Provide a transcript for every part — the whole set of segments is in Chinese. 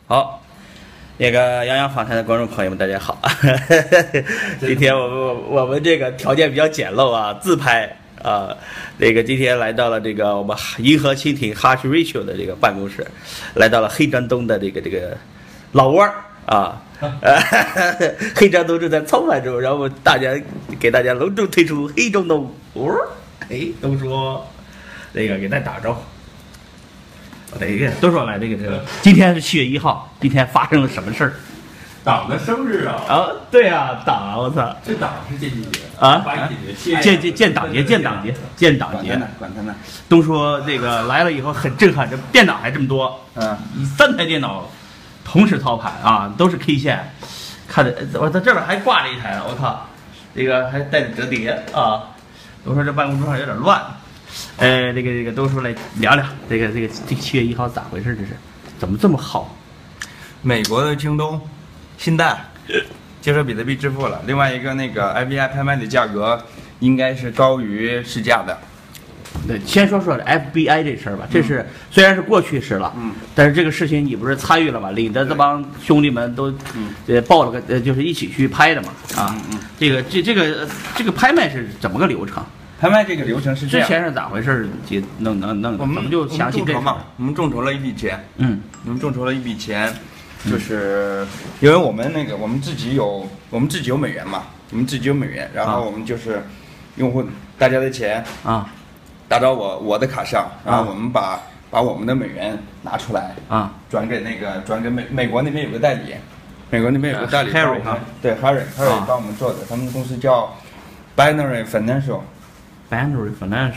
好，那个杨洋访谈的观众朋友们，大家好。今天我们这个条件比较简陋啊，自拍啊。那个今天来到了这个我们银河蜻蜓 Hush Rachel 的这个办公室，来到了黑山东的这个老窝啊。黑山东正在操盘中，然后给大家隆重推出黑中东窝。东叔，那个给大家打个招呼。都说来这个，今天是7月1号，今天发生了什么事儿？ 党的生日啊！ 啊，对啊，党啊，我操！ 这党是建军节啊，建党节， 管他呢。 都说这个来了以后很震撼，这电脑还这么多，以3台电脑同时操盘啊，都是 K 线，看着我在这边还挂着一台，我靠，这个还带着折叠啊。都说这办公桌上有点乱。这个都说来聊聊这个7月1号咋回事？这是怎么这么好？ 美国的京东、新代接受比特币支付了，另外一个那个 FBI 拍卖的价格应该是高于市价的。 对，先说 FBI 这事儿吧，这是虽然是过去式了，但是这个事情你不是参与了吗？领着这帮兄弟们都报了个就是一起去拍的嘛啊，这个拍卖是怎么个流程？ 拍卖这个流程是这样， 之前是咋回事？弄，怎么就详细这事？ 我们众筹了一笔钱，我们众筹了一笔钱，就是因为我们自己有美元嘛，然后我们就是用户大家的钱啊， 打到我的卡上，然后我们把我们的美元拿出来啊， 转给美国那边有个代理 ，Harry 哈， 对 Harry 帮我们做的，他们的公司叫 Binary Financial，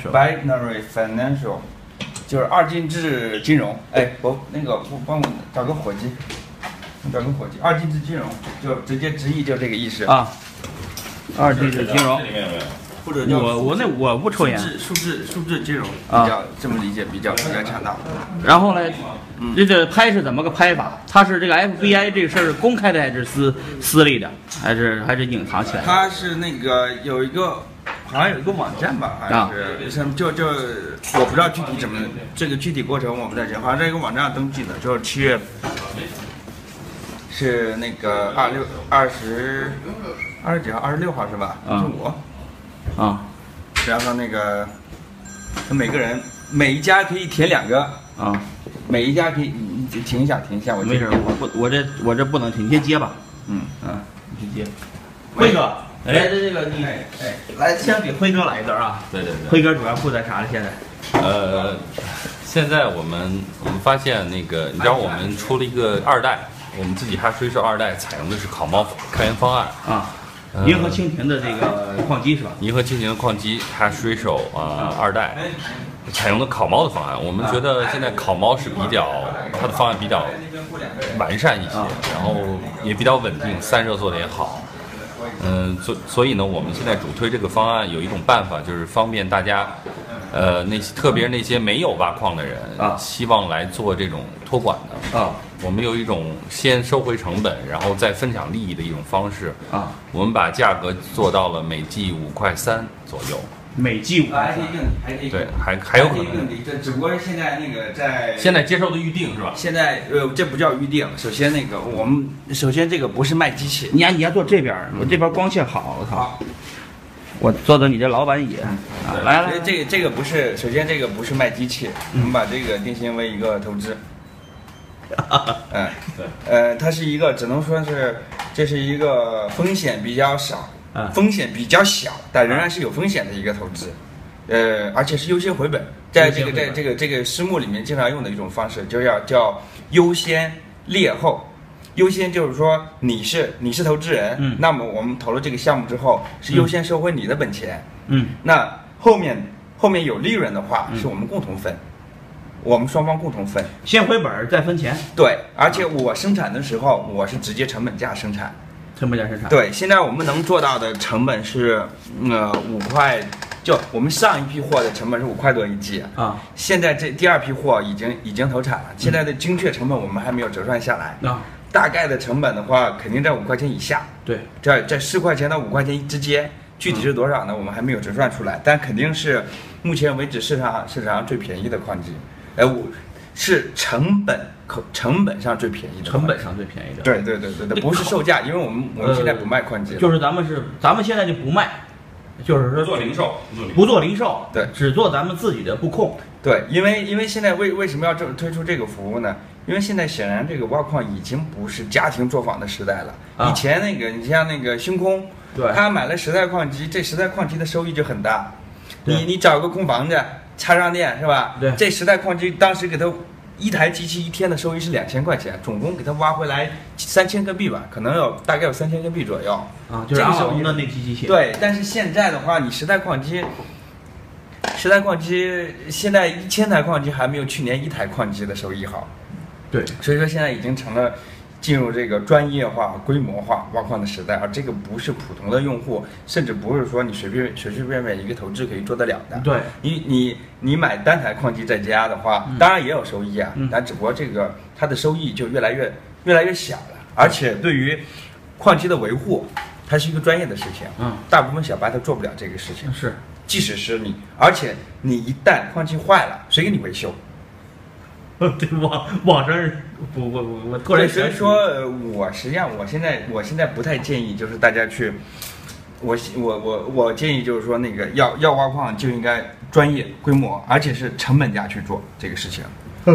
就是二进制金融。帮我找个伙计，二进制金融就直接直译就这个意思啊。二进制金融， 或者叫我不抽烟。 数字金融比较这么理解比较恰当。 然后呢，这个拍是怎么个拍法？它是这个 FBI 这个事儿公开的还是私立的，还是隐藏起来的？ 它是那个有一个。好像有一个网站吧，好像是就我不知道具体怎么这个具体过程我不太清，好像在一个网站上登记的，就是7月是那个20几号26号是吧？25啊，然后那个每个人每一家可以填2个啊，每一家可以你停一下，我没事，我这不能停，你先接吧，你去接，辉哥。这个你来，先给辉哥来一段啊！ 对， 辉哥主要负责啥呢？现在？ 现在我们发现那个，你知道我们出了一个2代，我们自己Hush Rachel2代采用的是烤猫开源方案啊，银河蜻蜓的这个矿机是吧？ 银河蜻蜓的矿机Hush Rachel2代采用的烤猫的方案，我们觉得现在烤猫是它的方案比较完善一些，然后也比较稳定，散热做的也好。所以呢，我们现在主推这个方案有一种办法，就是方便大家，特别是那些没有挖矿的人希望来做这种托管的我们有一种先收回成本，然后再分享利益的一种方式我们把价格做到了每 G 5.3块左右。 每 G 5， 还可以更低， 对，还有可能更低，这只不过是现在那个现在接受的预定是吧？ 现在这不叫预定，首先这个不是卖机器， 你要坐这边，我这边光线好，我操，我坐到你这老板椅来， 这个不是，首先这个不是卖机器，我们把这个定性为一个投资，它是一个只能说是这是一个风险比较少。风险比较小，但仍然是有风险的一个投资，而且是优先回本，在这个私募里面经常用的一种方式，就叫优先劣后。优先就是说你是投资人，那么我们投了这个项目之后，是优先收回你的本钱，那后面有利润的话，是我们共同分，我们双方共同分， 先回本再分钱。 对，而且我生产的时候，我是直接成本价生产。 对， 现在我们能做到的成本是5块，就我们上一批货的成本是5块多一 G 啊，现在这第2批货已经投产了，现在的精确成本我们还没有折算下来大概的成本的话肯定在5块钱以下， 对， 在4块钱到5块钱之间，具体是多少呢？我们还没有折算出来，但肯定是目前为止市场上最便宜的矿机。 是成本上最便宜的， 成本上最便宜的。 对，不是售价，因为我们现在不卖矿机了， 就是咱们现在就不卖，就是说不做零售， 不做零售， 对， 只做咱们自己的布控。 对，因为现在为什么要推出这个服务呢？因为现在显然这个挖矿已经不是家庭作坊的时代了。以前你像那个星空， 对， 他买了10台矿机，这10台矿机的收益就很大。你找个空房子插上电是吧？ 对， 这10台矿机当时给他一台机器一天的收益是2000块钱，总共给他挖回来3000个币吧，可能大概有3000个币左右啊，就是阿龙的那批机器。 对，但是现在的话，你10台矿机现在1000台矿机还没有去年1台矿机的收益好。 对， 所以说现在已经成了进入这个专业化、规模化挖矿的时代，而这个不是普通的用户，甚至不是说你随便一个投资可以做得了的。 对， 你买单台矿机在家的话，当然也有收益啊，但只不过这个它的收益就越来越小了，而且对于矿机的维护，它是一个专业的事情。大部分小白他做不了这个事情。 是， 即使是你，而且你一旦矿机坏了，谁给你维修？ 对，网上我突然所以说，我实际上我现在不太建议就是大家去，我建议就是说那个要挖矿就应该专业规模，而且是成本价去做这个事情。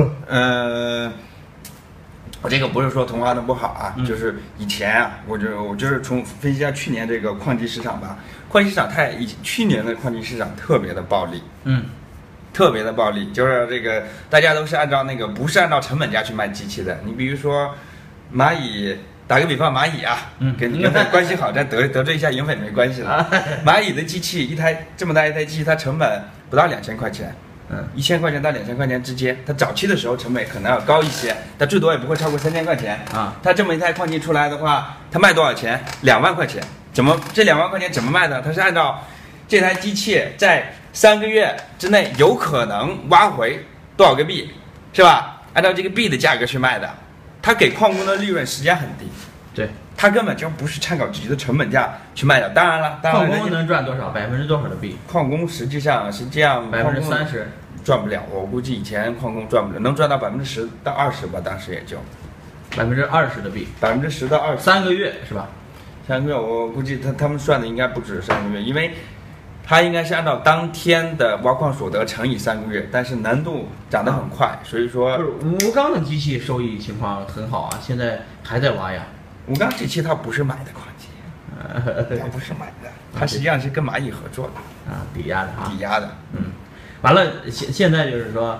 我这个不是说同行的不好啊，就是以前啊，我就是从分析一下去年这个矿机市场吧，矿机市场去年的矿机市场特别的暴利。特别的暴利，就是这个大家都是按照不是按照成本价去卖机器的。你比如说蚂蚁，打个比方，蚂蚁啊，跟银匪关系好，再得罪一下银匪没关系了。蚂蚁的机器这么大一台机器，它成本不到2000块钱，1000块钱到2000块钱之间。它早期的时候成本可能要高一些，但最多也不会超过3000块钱啊。它这么一台矿机出来的话，它卖多少钱？2万块钱。这2万块钱怎么卖的？它是按照这台机器在3个月之内有可能挖回多少个币，是吧？按照这个币的价格去卖的，它给矿工的利润实际上很低。 对， 它根本就不是参考自己的成本价去卖的。当然了， 矿工能赚多少？%多少的币？ 矿工实际上 30% 赚不了，我估计以前矿工赚不了，能赚到10%到20%吧，当时也就 20%的币 ，10%到 20%，3个月是吧 ？3个月，我估计他们算的应该不止3个月，因为它应该是按照当天的挖矿所得乘以3个月，但是难度涨得很快，所以说吴刚的机器收益情况很好啊，现在还在挖呀。 吴刚这期他不是买的矿机，他不是买的，他实际上是跟蚂蚁合作的啊，抵押的啊， 抵押的。 完了，现在就是说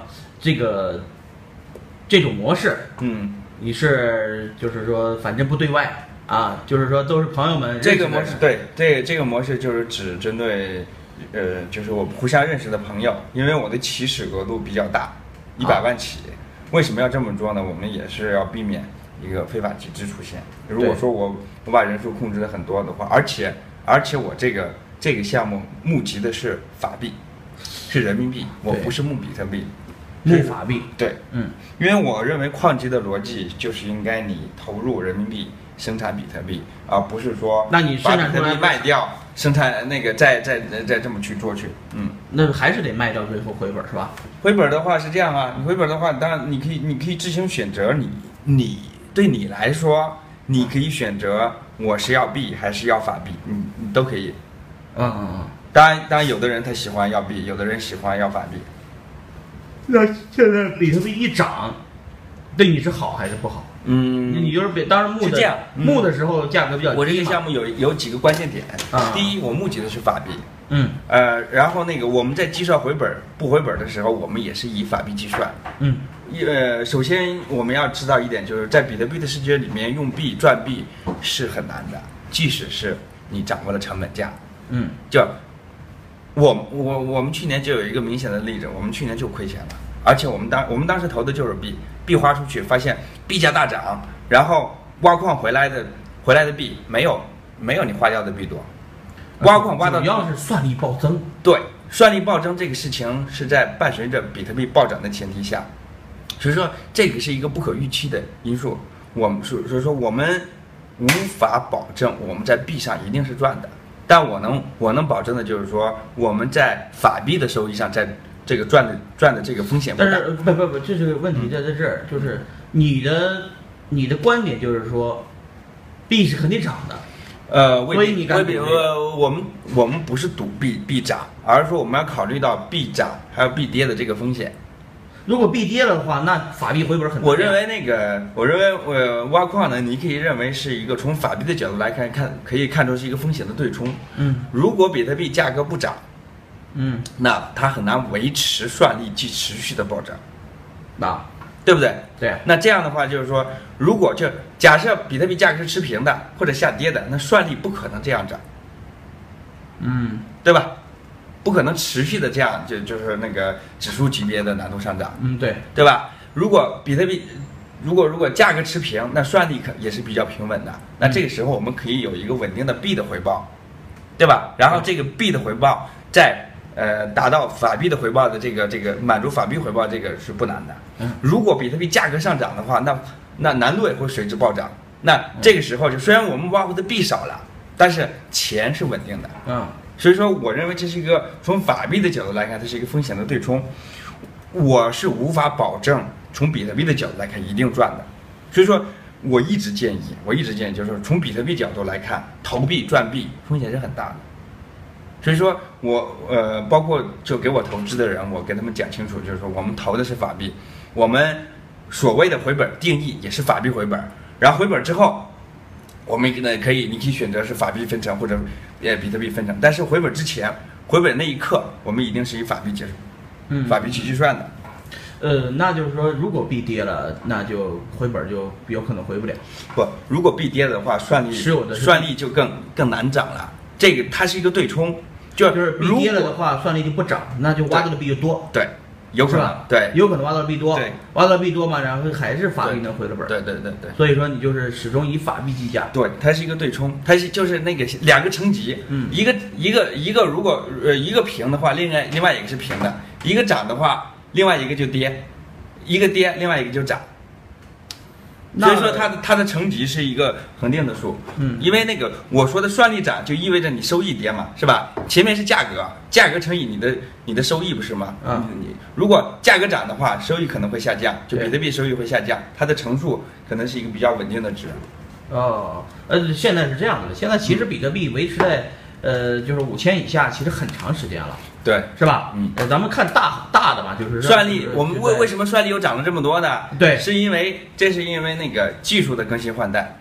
这种模式，你是就是说反正不对外。啊，就是说都是朋友们。 这个模式对，这个模式就是只针对，就是我互相认识的朋友，因为我的起始额度比较大，100万起。为什么要这么做呢？我们也是要避免一个非法集资出现。如果说我把人数控制的很多的话，而且我这个项目募集的是法币，是人民币，我不是募比特币。 募法币。 对，因为我认为矿机的逻辑就是应该你投入人民币。生产比特币，而不是说那你生产出来卖掉，生产再这么去做去， 那还是得卖掉最后回本是吧？ 回本的话是这样啊，你回本的话，当然你可以自行选择，你对你来说，你可以选择我是要币还是要法币，你都可以。当然有的人他喜欢要币，有的人喜欢要法币。 那现在比特币一涨，对你是好还是不好？你就是当时募的时候价格比较低。 我这个项目有几个关键点第一，我募集的是法币。然后我们在计算不回本的时候，我们也是以法币计算。首先我们要知道一点，就是在比特币的世界里面，用币赚币是很难的，即使是你掌握了成本价。就我们去年就有一个明显的例子，我们去年就亏钱了，而且我们当时投的就是币花出去，发现币价大涨，然后挖矿回来的币没有你花掉的币多，挖矿挖到主要是算力暴增。 对，算力暴增这个事情是在伴随着比特币暴涨的前提下，所以说这个是一个不可预期的因素。所以说我们无法保证我们在币上一定是赚的，但我能保证的就是说我们在法币的收益上，在这个赚的这个风险不大。 但是不，这是个问题在这儿，就是你的观点就是说币是肯定涨的。 所以你我们不是赌币涨，而是说我们要考虑到币涨还有币跌的这个风险。 如果币跌了的话，那法币回本很大。 我认为挖矿呢，你可以认为是一个从法币的角度来看，可以看出是一个风险的对冲。如果比特币价格不涨，那它很难维持算力继持续的暴涨，对不对？ 对。 那这样的话就是说，如果就假设比特币价格是持平的或者下跌的，那算力不可能这样涨，对吧？不可能持续的这样就是那个指数级别的难度上涨，对吧？如果比特币如果价格持平，那算力也是比较平稳的，那这个时候我们可以有一个稳定的币的回报，对吧？然后这个币的回报在达到法币的回报的这个满足法币回报，这个是不难的。如果比特币价格上涨的话，那难度也会随之暴涨。那这个时候就虽然我们挖回的币少了，但是钱是稳定的。所以说我认为这是一个从法币的角度来看，它是一个风险的对冲。我是无法保证从比特币的角度来看一定赚的。所以说我一直建议就是说从比特币角度来看，投币赚币风险是很大的。所以说我包括就给我投资的人，我跟他们讲清楚，就是说我们投的是法币，我们所谓的回本定义也是法币回本，然后回本之后，我们你可以选择是法币分成或者比特币分成，但是回本之前，回本那一刻，我们一定是以法币结束，法币去计算的。 那就是说，如果币跌了，那就回本就有可能回不了。 不，如果币跌的话，算力就更难涨了。这个它是一个对冲， 就是币跌了的话，算力就不涨，那就挖到的币就多。 对，有可能，对， 有可能挖到的币多， 对， 挖到的币多嘛，然后还是法币能回了本。 对。 所以说你就是始终以法币计价。 对，它是一个对冲，它就是那个两个层级，一个如果一个平的话，另外一个是平的；一个涨的话，另外一个就跌；一个跌，另外一个就涨。所以说它的层级是一个恒定的数，因为那个我说的算力涨就意味着你收益跌嘛，是吧？前面是价格乘以你的收益不是吗？你如果价格涨的话，收益可能会下降，就比特币收益会下降，它的乘数可能是一个比较稳定的值。 现在是这样的，现在其实比特币维持在就是5000以下，其实很长时间了。 对， 是吧？咱们看大的嘛，就是算力，我们为什么算力又涨了这么多呢？ 对， 是因为那个技术的更新换代，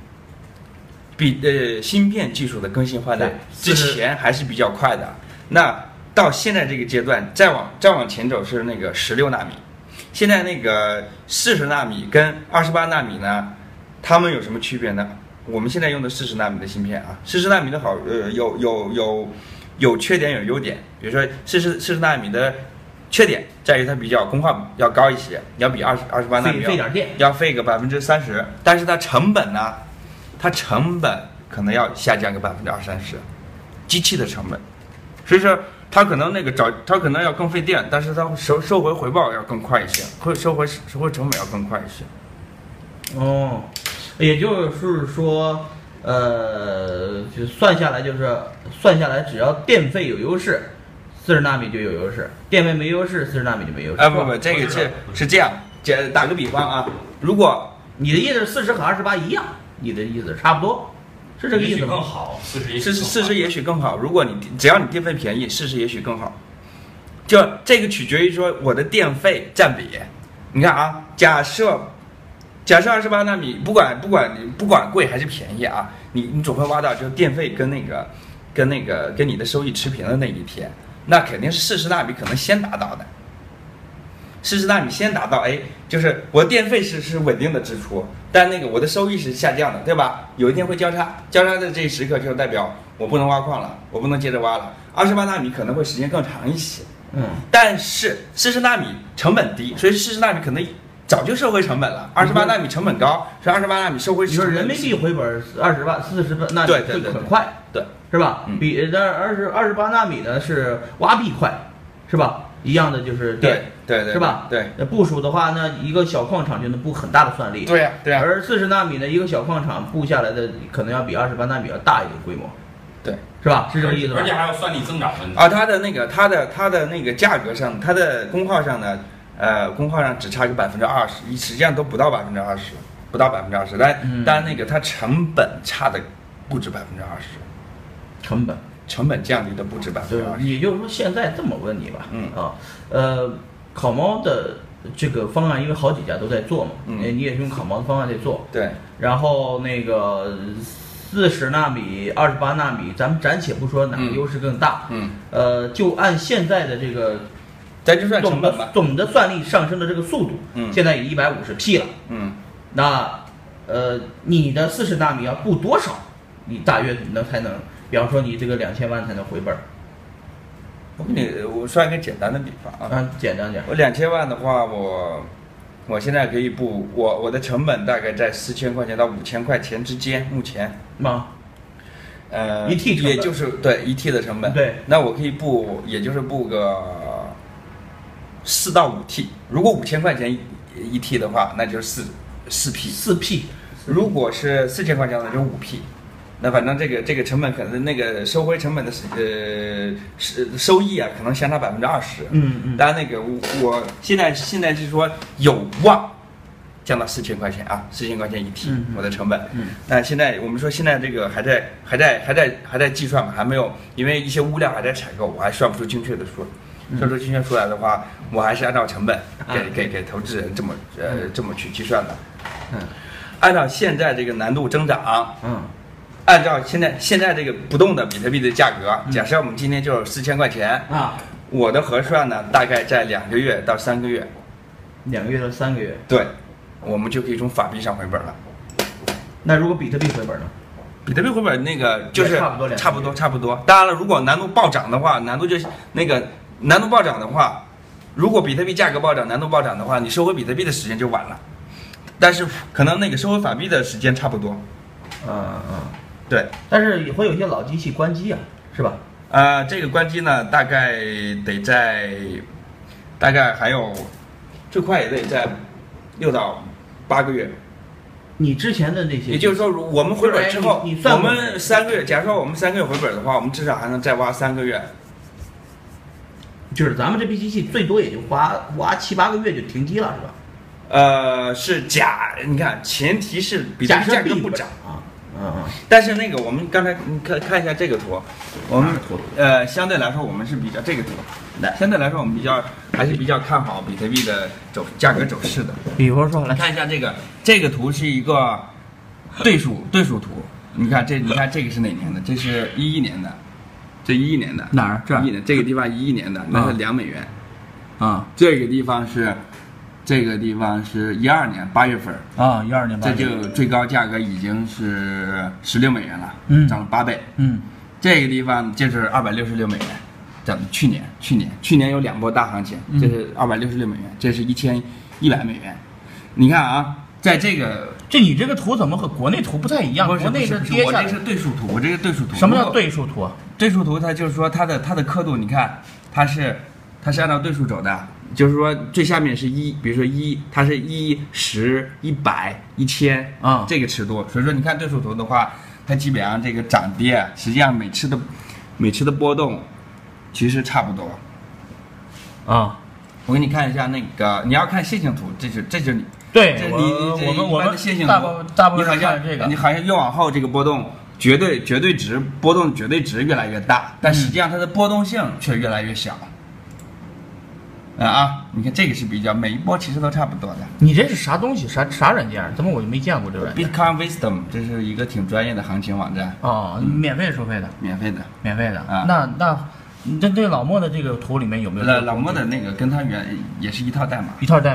芯片技术的更新换代之前还是比较快的。那到现在这个阶段，再往前走是那个16纳米，现在那个40纳米跟28纳米呢，它们有什么区别呢？我们现在用的40纳米的芯片啊，40纳米的有缺点有优点，比如说40纳米的缺点在于它比较功耗要高一些，要比28纳米费点电， 要费个30%，但是它成本呢，可能要下降个20-30%，机器的成本，所以说它可能它可能要更费电，但是它收回报要更快一些，收回成本要更快一些。 也就是说。就算下来，只要电费有优势，40纳米就有优势；电费没优势，40纳米就没优势。 不，这个是这样。打个比方啊，如果你的意思是40和28一样，你的意思差不多，是这个意思吗？ 更好 ，40也许更好。如果只要你电费便宜，40也许更好。就这个取决于说我的电费占比。你看啊，假设28纳米不管贵还是便宜啊，你总会挖到就是电费跟你的收益持平的那一天，那肯定是40纳米可能先达到的。40纳米先达到，就是我电费是稳定的支出，但那个我的收益是下降的，对吧？有一天会交叉的这一时刻就代表我不能挖矿了，我不能接着挖了。28纳米可能会时间更长一些，但是40纳米成本低，所以40纳米可能早就收回成本了，28纳米成本高，所以28纳米收回。 你说人民币回本40纳米会很快， 对， 是吧？比28纳米呢是挖币快，是吧？一样的就是电， 对， 是吧？ 对， 部署的话呢，一个小矿场就能布很大的算力。 对呀。 而40纳米呢，一个小矿场布下来的可能要比28纳米要大一点规模。 对， 是吧？是这个意思吧？ 而且还有算力增长问题。 啊，它的那个价格上，它的功耗上呢，功耗上只差个20%，实际上都不到20%，不到20%，但那个它成本差的不止20%，成本降低的不止20%。 对，也就是说现在这么问你吧，烤猫的这个方案，因为好几家都在做嘛，你也是用烤猫的方案在做， 对， 然后那个40纳米、28纳米，咱们暂且不说哪个优势更大，就按现在的这个， 咱就算成本吧， 总的算力上升的这个速度，现在已150P 了，那你的40纳米要布多少，你大约才能，比方说你这个2000万才能回本儿。 我算一个简单的比方啊， 简单点。 我2000万的话，我现在可以布我的成本大概在4000块钱到5000块钱之间，目前。 一 T 成本， 也就是对1T 的成本。 对， 那我可以布，也就是布个4到5T。如果5000块钱1T 的话，那就是4P。如果是4000块钱，那就5P。那反正这个成本可能那个收回成本的收益啊，可能相差20%。当然那个我现在是说有望降到4000块钱啊，4000块钱1T，我的成本。那现在我们说现在这个还在计算嘛，还没有，因为一些物料还在采购，我还算不出精确的数。算出精确出来的话，我还是按照成本给投资人这么去计算的。按照现在这个难度增长，按照现在这个不动的比特币的价格，假设我们今天就是4000块钱我的核算呢，大概在2个月到3个月 ，2个月到3个月， 对，我们就可以从法币上回本了。 那如果比特币回本呢？ 比特币回本那个就是差不多。当然了，如果难度暴涨的话，难度暴涨的话，如果比特币价格暴涨，难度暴涨的话，你收回比特币的时间就晚了，但是可能那个收回法币的时间差不多。对， 但是也会有一些老机器关机啊，是吧？ 这个关机呢，大概还有最快也得在6到8个月。 你之前的那些， 也就是说，我们回本之后，我们3个月，假如说我们3个月回本的话，我们至少还能再挖3个月。 就是咱们这批机器最多也就挖7、8个月就停机了，是吧？ 你看，前提是比特币价格不涨啊。 但是那个我们刚才你看一下这个图，我们相对来说我们是比较这个图，相对来说我们还是比较看好比特币的价格走势的。 比如说，来看一下这个图是一个对数图，你看这个是哪年的？这是11年的，这11年的哪儿？ 这个地方11年的，那是2美元啊。这个地方是12年8月份啊，12年8月份， 这就最高价格已经是16美元了，涨了8倍。这个地方就是266美元，涨去年有2波大行情，这是266美元，这是1100美元。你看啊，在你这个图怎么和国内图不太一样？国内是跌下来， 我这是对数图， 什么叫对数图啊？ 对数图它就是说它的刻度，你看它是按照对数走的。就是说最下面是比如说它是1、10、100、1000这个尺度，所以说你看对数图的话，它基本上这个涨跌实际上每次的波动其实差不多我给你看一下那个，你要看线性图，这就是你对， 我们的线性图大部分看这个， 你好像越往后这个波动绝对值越来越大，但实际上它的波动性却越来越小。你看这个是比较，每一波其实都差不多的。 你这是啥东西？啥软件？怎么我就没见过这软件 ？Bitcoin Wisdom， 这是一个挺专业的行情网站。 免费收费的？免费的啊。那这老莫的这个图里面有没有？ 老莫的那个跟他也是一套代码。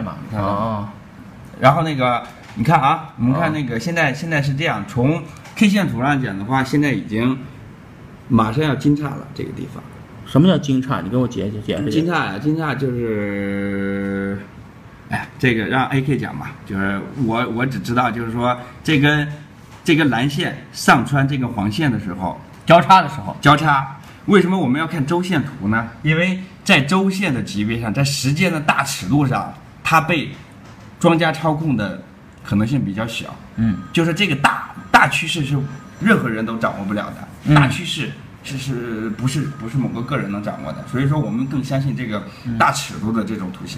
然后那个你看我们看那个现在是这样，从 K 线图上讲的话，现在已经马上要金叉了，这个地方。 什么叫金叉？你给我解释。 金叉就是，这个让 AK 讲吧。就是我只知道，就是说这根蓝线上穿这个黄线的时候， 交叉。 为什么我们要看周线图呢？因为在周线的级别上，在时间的大尺度上，它被庄家操控的可能性比较小。就是这个大趋势是任何人都掌握不了的。大趋势不是某个个人能掌握的，所以说我们更相信这个大尺度的这种图形。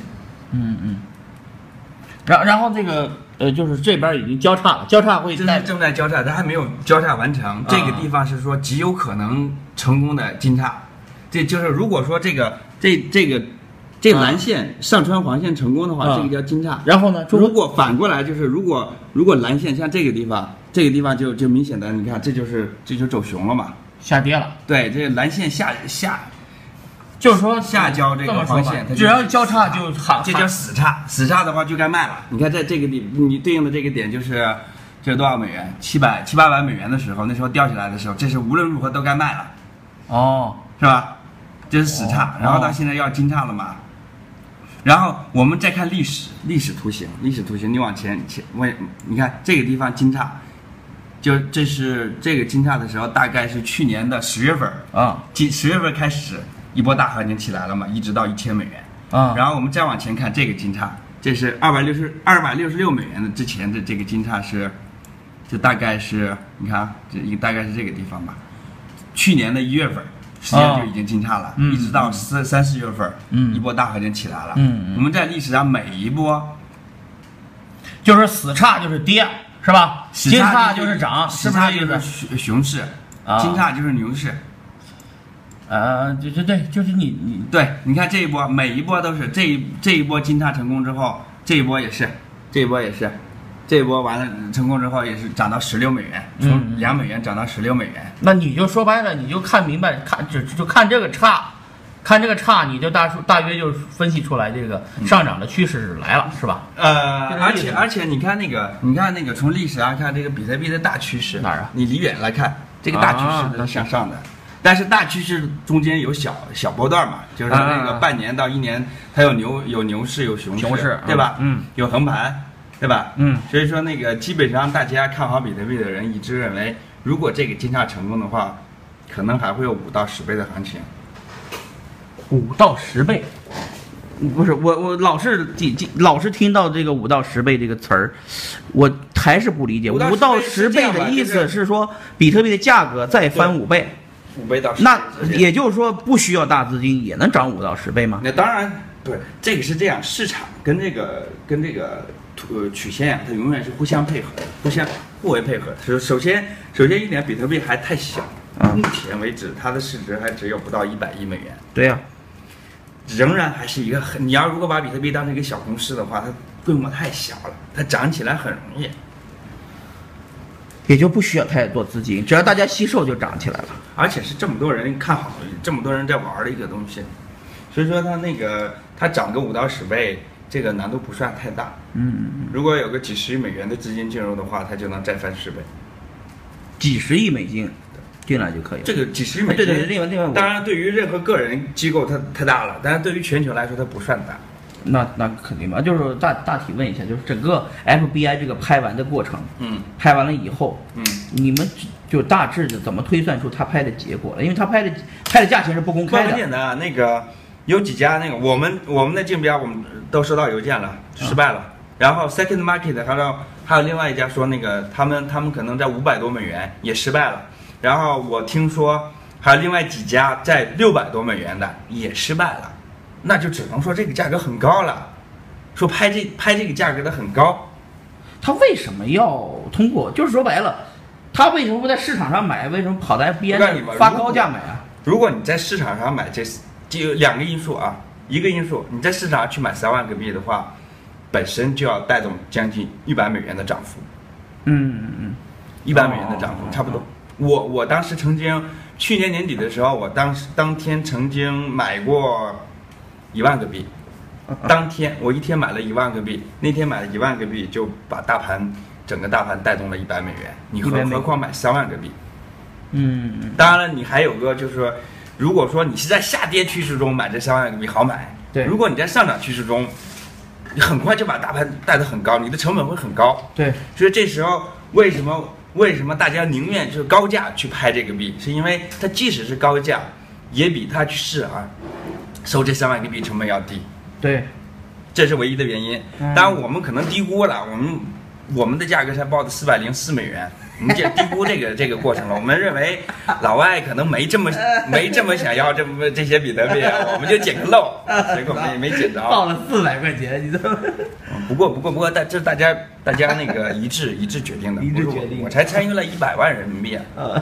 然后这个就是这边已经交叉了，交叉会正在交叉，它还没有交叉完成。这个地方是说极有可能成功的金叉，这就是如果说这蓝线上穿黄线成功的话，这个叫金叉。 然后呢， 如果反过来就是如果蓝线像这个地方就明显的，你看这就走熊了嘛， 下跌了。 对，这蓝线下。 就是说下交这个黄线， 只要交叉就好， 这叫死叉。死叉的话就该卖了。你看在这个地，你对应的这个点就是这多少美元？700-800美元的时候，那时候掉下来的时候，这是无论如何都该卖了。是吧？这是死叉，然后到现在要金叉了嘛。然后我们再看历史图形，你往前，你看这个地方金叉，就这是这个金叉的时候，大概是去年的10月份10月份开始。一波大行情起来了嘛，一直到1000美元然后我们再往前看这个金叉，这是266美元的之前的这个金叉就大概是你看这大概是这个地方吧，去年的1月份实际上就已经金叉了，一直到3-4月份一波大行情起来了。我们在历史上每一波就是死叉就是跌，是吧？金叉就是涨， 死叉就是熊市，金叉就是牛市。 对，就是你对，你看这一波，每一波都是这一波金叉成功之后，这一波也是，这一波完了成功之后也是涨到16美元，从2美元涨到16美元。 那你就说白了，你就看明白，就看这个差，你就大约就分析出来这个上涨的趋势来了，是吧？ 而且你看那个从历史上看这个比特币的大趋势哪儿啊？ 你离远来看，这个大趋势都是向上的。但是大趋势中间有小波段嘛，就是那个半年到1年，它有牛市有熊市，对吧？有横盘，对吧？所以说那个基本上大家看好比特币的人一致认为，如果这个金叉成功的话，可能还会有5到10倍的行情。 5到10倍，不是我老是听到这个5到10倍这个词儿，我还是不理解。5到10倍的意思是说，比特币的价格再翻5倍。 5倍到10倍， 那也就是说不需要大资金也能涨5到10倍吗？ 那当然对，这个是这样，市场跟这个曲线呀，它永远是互相配合的，互为配合的。首先一点，比特币还太小，目前为止它的市值还只有不到100亿美元。 对呀， 仍然还是一个你要如果把比特币当成一个小公司的话，它规模太小了，它涨起来很容易。 也就不需要太多资金，只要大家吸收就涨起来了。 而且是这么多人看好，这么多人在玩的一个东西，所以说它涨个5到10倍，这个难度不算太大。如果有个几十亿美元的资金进入的话，它就能再翻10倍。 几十亿美金进来就可以了。 这个几十亿美金， 对，另外， 当然对于任何个人机构它太大了，但是对于全球来说它不算大。 那肯定吧，就是大体问一下，就是整个 FBI 这个拍完的过程，拍完了以后，你们就大致的怎么推算出他拍的结果了？因为他拍的价钱是不公开的。 很简单，那个有几家那个我们的竞标我们都收到邮件了，失败了。然后 Second Market 还有另外一家说那个他们可能在500多美元也失败了。然后我听说还有另外几家在600多美元的也失败了。那就只能说这个价格很高了，说拍这个价格的很高， 他为什么要通过？就是说白了，他为什么不在市场上买？为什么跑到 FBI 发高价买啊？ 如果你在市场上买，这就有2个因素啊。一个因素，你在市场上去买3万个币的话，本身就要带动将近100美元的涨幅。100美元的涨幅差不多。我当时曾经去年年底的时候，我当天曾经买过1万个币，当天我一天买了1万个币，那天买了1万个币就把整个大盘带动了100美元，你何况买3万个币？当然了，你还有个就是说，如果说你是在下跌趋势中买这3万个币好买， 对， 如果你在上涨趋势中，你很快就把大盘带得很高，你的成本会很高， 对， 所以这时候为什么大家宁愿就是高价去拍这个币，是因为它即使是高价，也比它去市场收这3万个币成本要低， 对， 这是唯一的原因。当然我们可能低估了， 我们的价格才报的404美元，我们就低估这个过程了。我们认为老外可能没这么想要这些比特币，我们就捡个漏，结果没捡着， 报了400块钱，你知道吗？ 不过，这是大家那个一致决定的， 一致决定。 我才参与了100万人民币啊。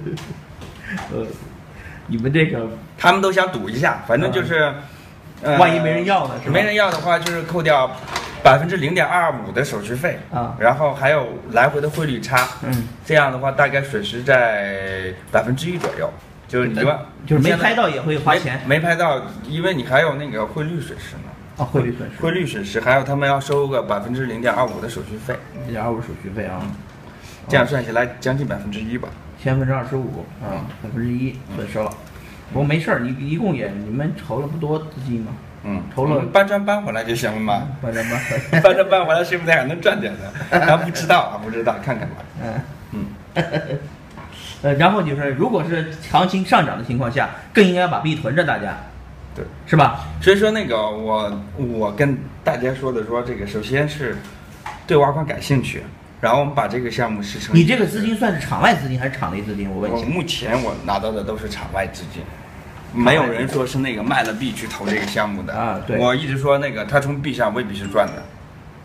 你们这个， 他们都想赌一下，反正就是， 万一没人要呢？是吧？ 没人要的话，就是扣掉0.25%的手续费啊， 然后还有来回的汇率差，这样的话大概损失在1%左右，就是你就是没拍到也会花钱， 没拍到，因为你还有那个汇率损失呢。 啊，汇率损失， 还有他们要收个0.25%的手续费 ，0.25%手续费啊， 这样算下来将近1%吧。 25%啊，1%损失了。不过没事儿，你们筹了不多资金吗？筹了搬砖搬回来就行了嘛。 搬砖搬回来，说不定还能赚点的。还不知道，看看吧。 然后就是，如果是行情上涨的情况下，更应该把币囤着，大家， 对， 是吧？ 所以说那个我跟大家说这个，首先是对挖矿感兴趣。然后我们把这个项目实成。 你这个资金算是场外资金还是场内资金？我问你。 目前我拿到的都是场外资金，没有人说是那个卖了币去投这个项目的啊。对， 我一直说那个他从币上未必是赚的，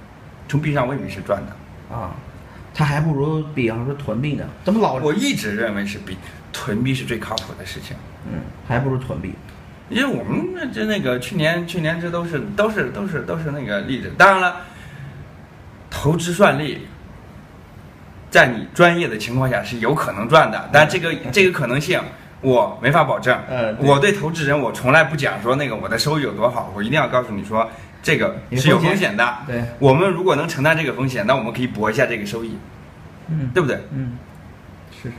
啊，他还不如比方说囤币呢。怎么老？ 我一直认为是囤币是最靠谱的事情。 还不如囤币， 因为我们那个去年这都是那个例子。当然了，投资算力。在你专业的情况下是有可能赚的，但这个可能性我没法保证。我对投资人我从来不讲说那个我的收益有多好，我一定要告诉你说这个是有风险的。 对， 我们如果能承担这个风险，那我们可以搏一下这个收益，对不对？ 是。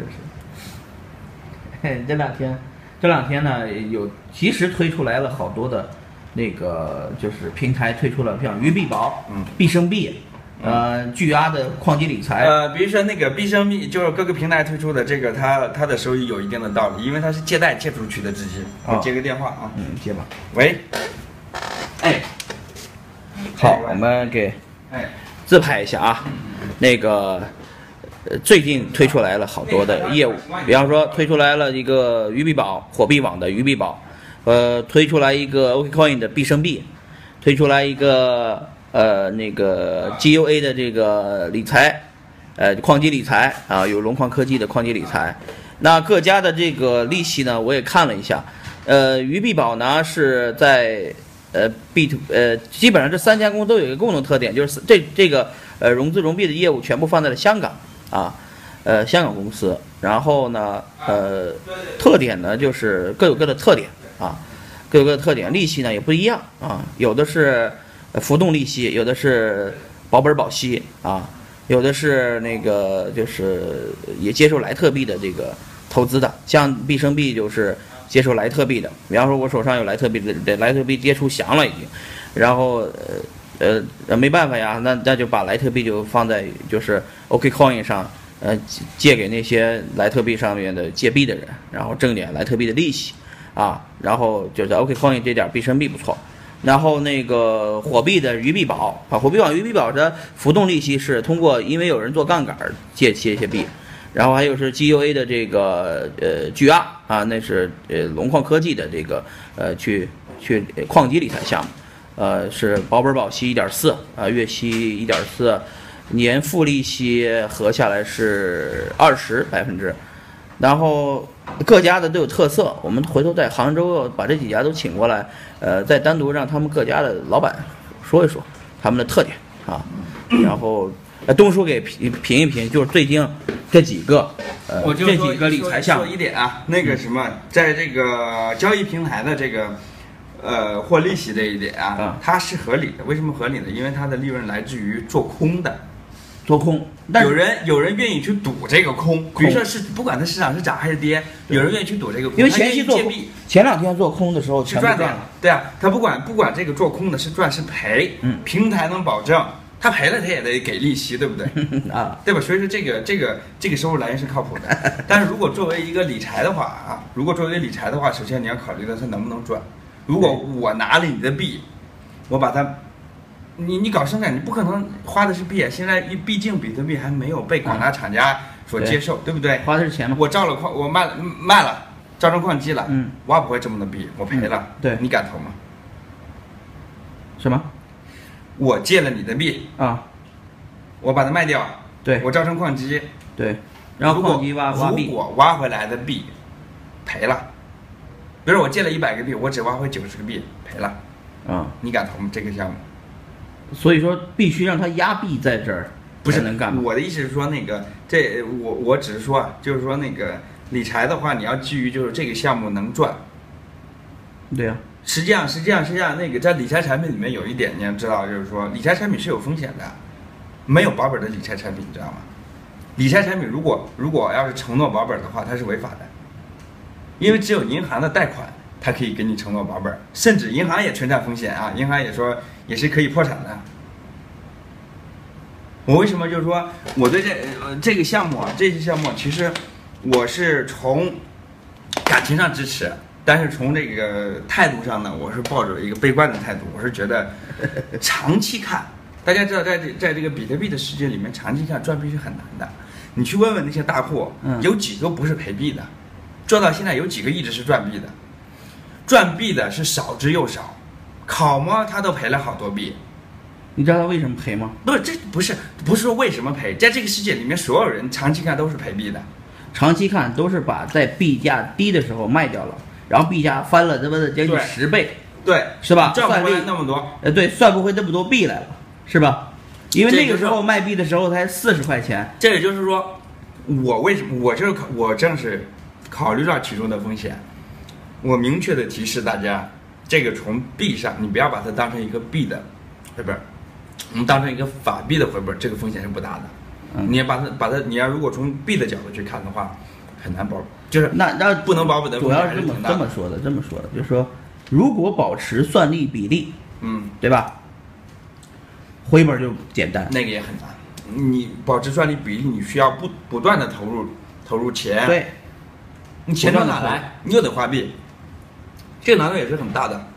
这两天呢，其实推出来了好多的那个就是平台推出了像鱼币宝、币生币。巨压的矿机理财， 比如说那个币生币，就是各个平台推出的这个，它的收益有一定的道理，因为它是借出去的资金。我接个电话啊， 接吧。 喂， 好，我们给自拍一下啊。那个最近推出来了好多的业务，比方说推出来了一个鱼币宝火币网的鱼币宝，推出来一个 OKCoin 的币生币，推出来一个。那个 GUA 的这个理财，矿机理财啊，有龙矿科技的矿机理财。那各家的这个利息呢，我也看了一下。鱼币宝呢是在基本上这3家公司都有一个共同特点，就是这个融资融币的业务全部放在了香港啊，香港公司。然后呢，特点呢就是各有各的特点啊，各有各的特点，利息呢也不一样啊，有的是。浮动利息，有的是保本保息啊，有的是那个就是也接受莱特币的这个投资的，像币生币就是接受莱特币的。比方说，我手上有莱特币的，莱特币跌出翔了已经，然后没办法呀，那就把莱特币就放在就是 OKCoin 上，借给那些莱特币上面的借币的人，然后挣点莱特币的利息啊，然后就在 OKCoin 这点币生币不错。然后那个火币的鱼币宝啊，火币网鱼币宝的浮动利息是通过，因为有人做杠杆借一些币，然后还有是 GUA 的这个巨压啊，那是龙矿科技的这个去矿机理财项目，是保本保息1.4啊，月息1.4，年复利息合下来是20%，然后各家的都有特色，我们回头在杭州把这几家都请过来，再单独让他们各家的老板说一说他们的特点啊，然后东叔给评一评，就是最近这几个这几个理财项目。 说一点啊，那个什么，在这个交易平台的这个获利息这一点啊，它是合理的。为什么合理呢？因为它的利润来自于做空的。 做空， 有人愿意去赌这个空，比如说是不管它市场是涨还是跌，有人愿意去赌这个空， 因为前期做空，前2天做空的时候是赚的，对啊，他不管这个做空的是赚是赔，平台能保证，他赔了他也得给利息，对不对？ 啊， 对吧？所以说这个收入来源是靠谱的。但是如果作为一个理财的话啊，首先你要考虑的是能不能赚。如果我拿了你的币，我把它你搞生产，你不可能花的是币，现在毕竟比特币还没有被广大厂家所接受，对不对？ 花的是钱嘛。 我造了矿，我卖了，造成矿机了，挖不回这么多币，我赔了， 对， 你敢投吗？ 什么？ 我借了你的币啊， 我把它卖掉， 对， 我造成矿机， 对，然后矿机挖币， 如果挖回来的币赔了，比如我借了100个币，我只挖回90个币，赔了，你敢投吗？这个项目？ 所以说必须让他压币在这儿， 不是能干吗？ 我的意思是说，那个我只是说，就是说那个理财的话，你要基于就是这个项目能赚。 对呀、 实际上，那个在理财产品里面有一点你要知道，就是说理财产品是有风险的，没有保本的理财产品，你知道吗？理财产品如果要是承诺保本的话，它是违法的，因为只有银行的贷款，它可以给你承诺保本，甚至银行也存在风险啊，银行也说也是可以破产的。我为什么就是说我对这个项目啊，这些项目其实我是从感情上支持。但是从这个态度上呢，我是抱着一个悲观的态度。我是觉得，长期看，大家知道，在这个比特币的世界里面，长期看赚币是很难的。你去问问那些大户，有几个不是赔币的？做到现在有几个一直是赚币的？赚币的是少之又少。考模他都赔了好多币， 你知道他为什么赔吗？ 不是，这不是说为什么赔，在这个世界里面，所有人长期看都是赔币的。 长期看都是把在币价低的时候卖掉了。然后币价翻了这么将近10倍， 对， 是吧？ 赚不回来那么多， 对，算不回那么多币来了，是吧？因为那个时候卖币的时候才40块钱。 这也就是说，我为什么我正是考虑到其中的风险，我明确的提示大家，这个从币上，你不要把它当成一个币的回本，我们当成一个法币的回本，这个风险是不大的。你要把它，你要如果从币的角度去看的话，很难保。就是那不能保本的， 主要是这么说的，就是说，如果保持算力比例，对吧？回本就简单， 那个也很难。你保持算力比例，你需要不断的投入钱， 对， 你钱从哪来？你又得花币，这个难度也是很大的。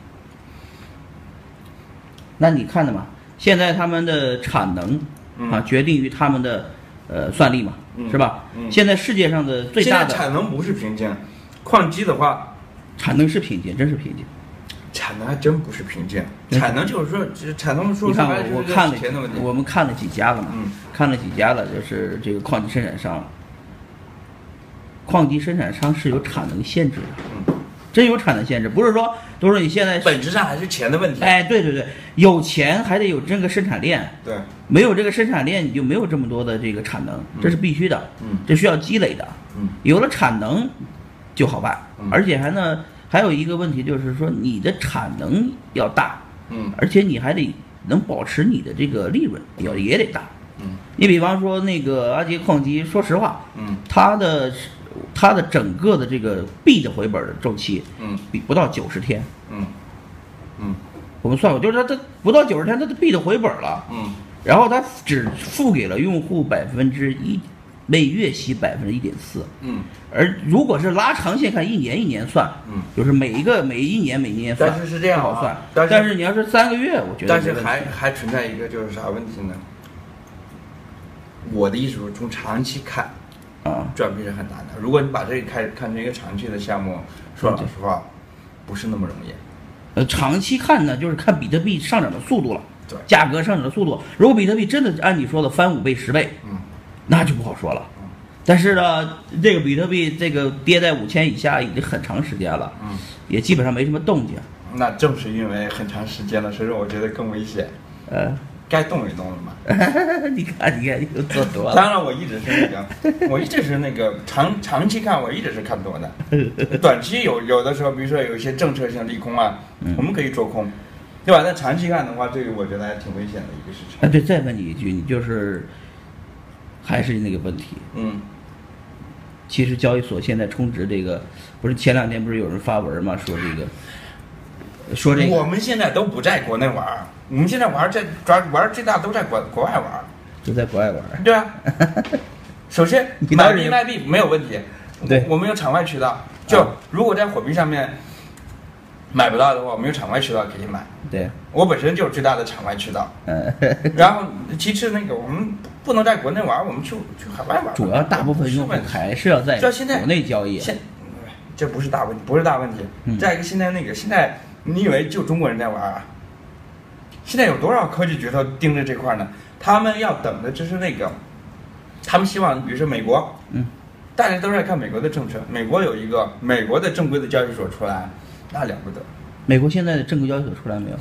那你看的嘛，现在他们的产能决定于他们的算力嘛。是吧？现在世界上的最大的现在产能不是瓶颈，矿机的话， 产能是瓶颈，真是瓶颈。 产能还真不是瓶颈，产能就是说，产能说上来我看了钱的问题。 我们看了几家了嘛？看了几家了，就是这个矿机生产商。矿机生产商是有产能限制的，真有产能限制，不是说都说你现在本质上还是钱的问题。 哎，对，有钱还得有这个生产链， 对， 没有这个生产链你就没有这么多的这个产能，这是必须的，这需要积累的，有了产能就好办，而且还有一个问题就是说你的产能要大，而且你还得能保持你的这个利润也得大，你比方说那个阿杰矿机，说实话，它的整个的这个币的回本的周期，比不到90天，我们算过，就是它不到90天，它的币的回本了，然后它只付给了用户1%，每月息1.4%，而如果是拉长线看，一年算，就是每一年算， 但是是这样不好算， 但是你要是3个月，我觉得， 但是还存在一个就是啥问题呢？我的意思是从长期看。赚币是很难的。如果你把这个看成一个长期的项目，说老实话，不是那么容易。 长期看呢，就是看比特币上涨的速度了， 对， 价格上涨的速度。如果比特币真的按你说的翻5倍、10倍，那就不好说了。但是呢，这个比特币这个跌在5000以下已经很长时间了，也基本上没什么动静。 那正是因为很长时间了，所以说我觉得更危险。该动一动了嘛？ 你看又做多了。 当然，我一直是那个长期看，我一直是看多的。短期有的时候，比如说有一些政策性利空啊，我们可以做空，对吧？但长期看的话，这个我觉得还挺危险的一个事情。 对，再问你一句，你就是还是那个问题。其实交易所现在充值这个，不是前2天不是有人发文吗？说这个， 我们现在都不在国内玩。我们现在玩最大都在国外玩， 就在国外玩。 对啊，首先买币卖币没有问题， 对， 我们有场外渠道。就如果在火币上面买不到的话，我们有场外渠道可以买。 对， 我本身就是最大的场外渠道。然后其次那个我们不能在国内玩，我们去海外玩。 主要大部分用户还是要在国内交易。 这不是大问题，不是大问题。再一个，现在你以为就中国人在玩啊？现在有多少科技巨头盯着这块呢？他们要等的就是那个，他们希望，比如说美国，大家都在看美国的政策。美国有一个美国的正规的交易所出来，那了不得。 美国现在的正规交易所出来没有？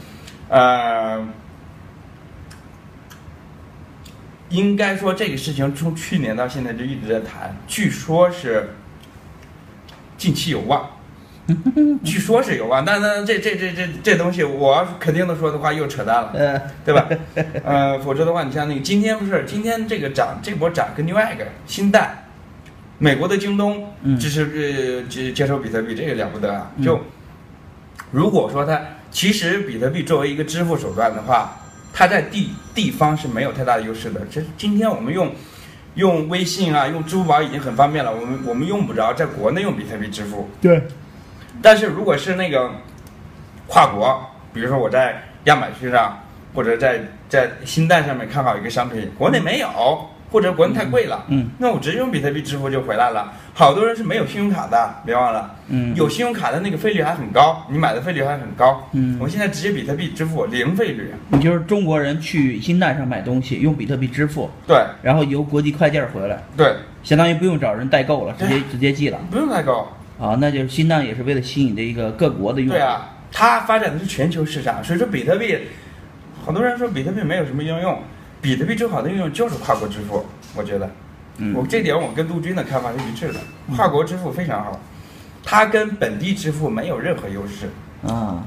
应该说这个事情从去年到现在就一直在谈，据说是近期有望。据说是有望，但这东西我要肯定的说的话又扯淡了，对吧？否则的话，你像那个今天这个这波涨跟另外一个新代，美国的京东支持接受比特币，这个了不得啊！就如果说其实比特币作为一个支付手段的话，它在地方是没有太大的优势的。这今天我们用微信啊，用支付宝已经很方便了，我们用不着在国内用比特币支付。 对。 但是如果是那个跨国，比如说我在亚马逊上或者在新蛋上面看好一个商品，国内没有，或者国内太贵了，那我直接用比特币支付就回来了。好多人是没有信用卡的，别忘了，有信用卡的那个费率还很高，你买的费率还很高。我现在直接比特币支付零费率。 你就是中国人去新蛋上买东西用比特币支付， 对， 然后由国际快件回来， 对， 相当于不用找人代购了，直接寄了， 不用代购。 啊，那就是新蛋也是为了吸引这个各国的用户。 对啊，它发展的是全球市场，所以说比特币，好多人说比特币没有什么应用，比特币最好的应用就是跨国支付，我觉得，这点我跟陆军的看法是一致的，跨国支付非常好，它跟本地支付没有任何优势啊。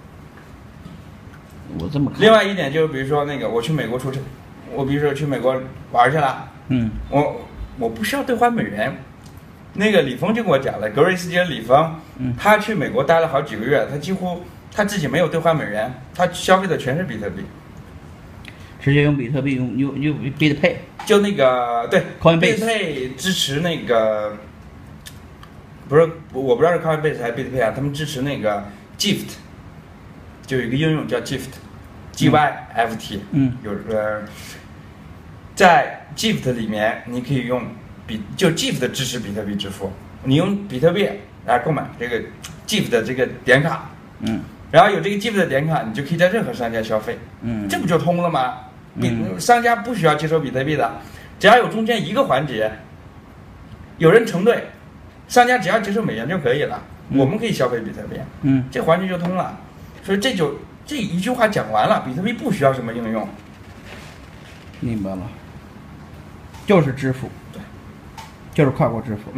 我这么看。 另外一点就是，比如说那个我去美国出差，我比如说去美国玩去了，我不需要兑换美元。那个李峰就跟我讲了，格瑞斯杰李峰，他去美国待了好几个月，他几乎他自己没有兑换美元，他消费的全是比特币， 直接用比特币用 BitPay， 就那个对 Coinbase 支持那个，不是我不知道是 Coinbase 还是 BitPay 啊，他们支持那个 Gift， 就有一个应用叫 Gift，GYFT，在 Gift 里面你可以用。就 Gift 支持比特币支付，你用比特币来购买这个 Gift 的这个点卡，然后有这个 Gift 的点卡，你就可以在任何商家消费，这不就通了吗？商家不需要接收比特币的，只要有中间一个环节，有人承兑，商家只要接受美元就可以了，我们可以消费比特币，这环节就通了。所以这一句话讲完了，比特币不需要什么应用， 明白了，就是支付。就是跨国支付。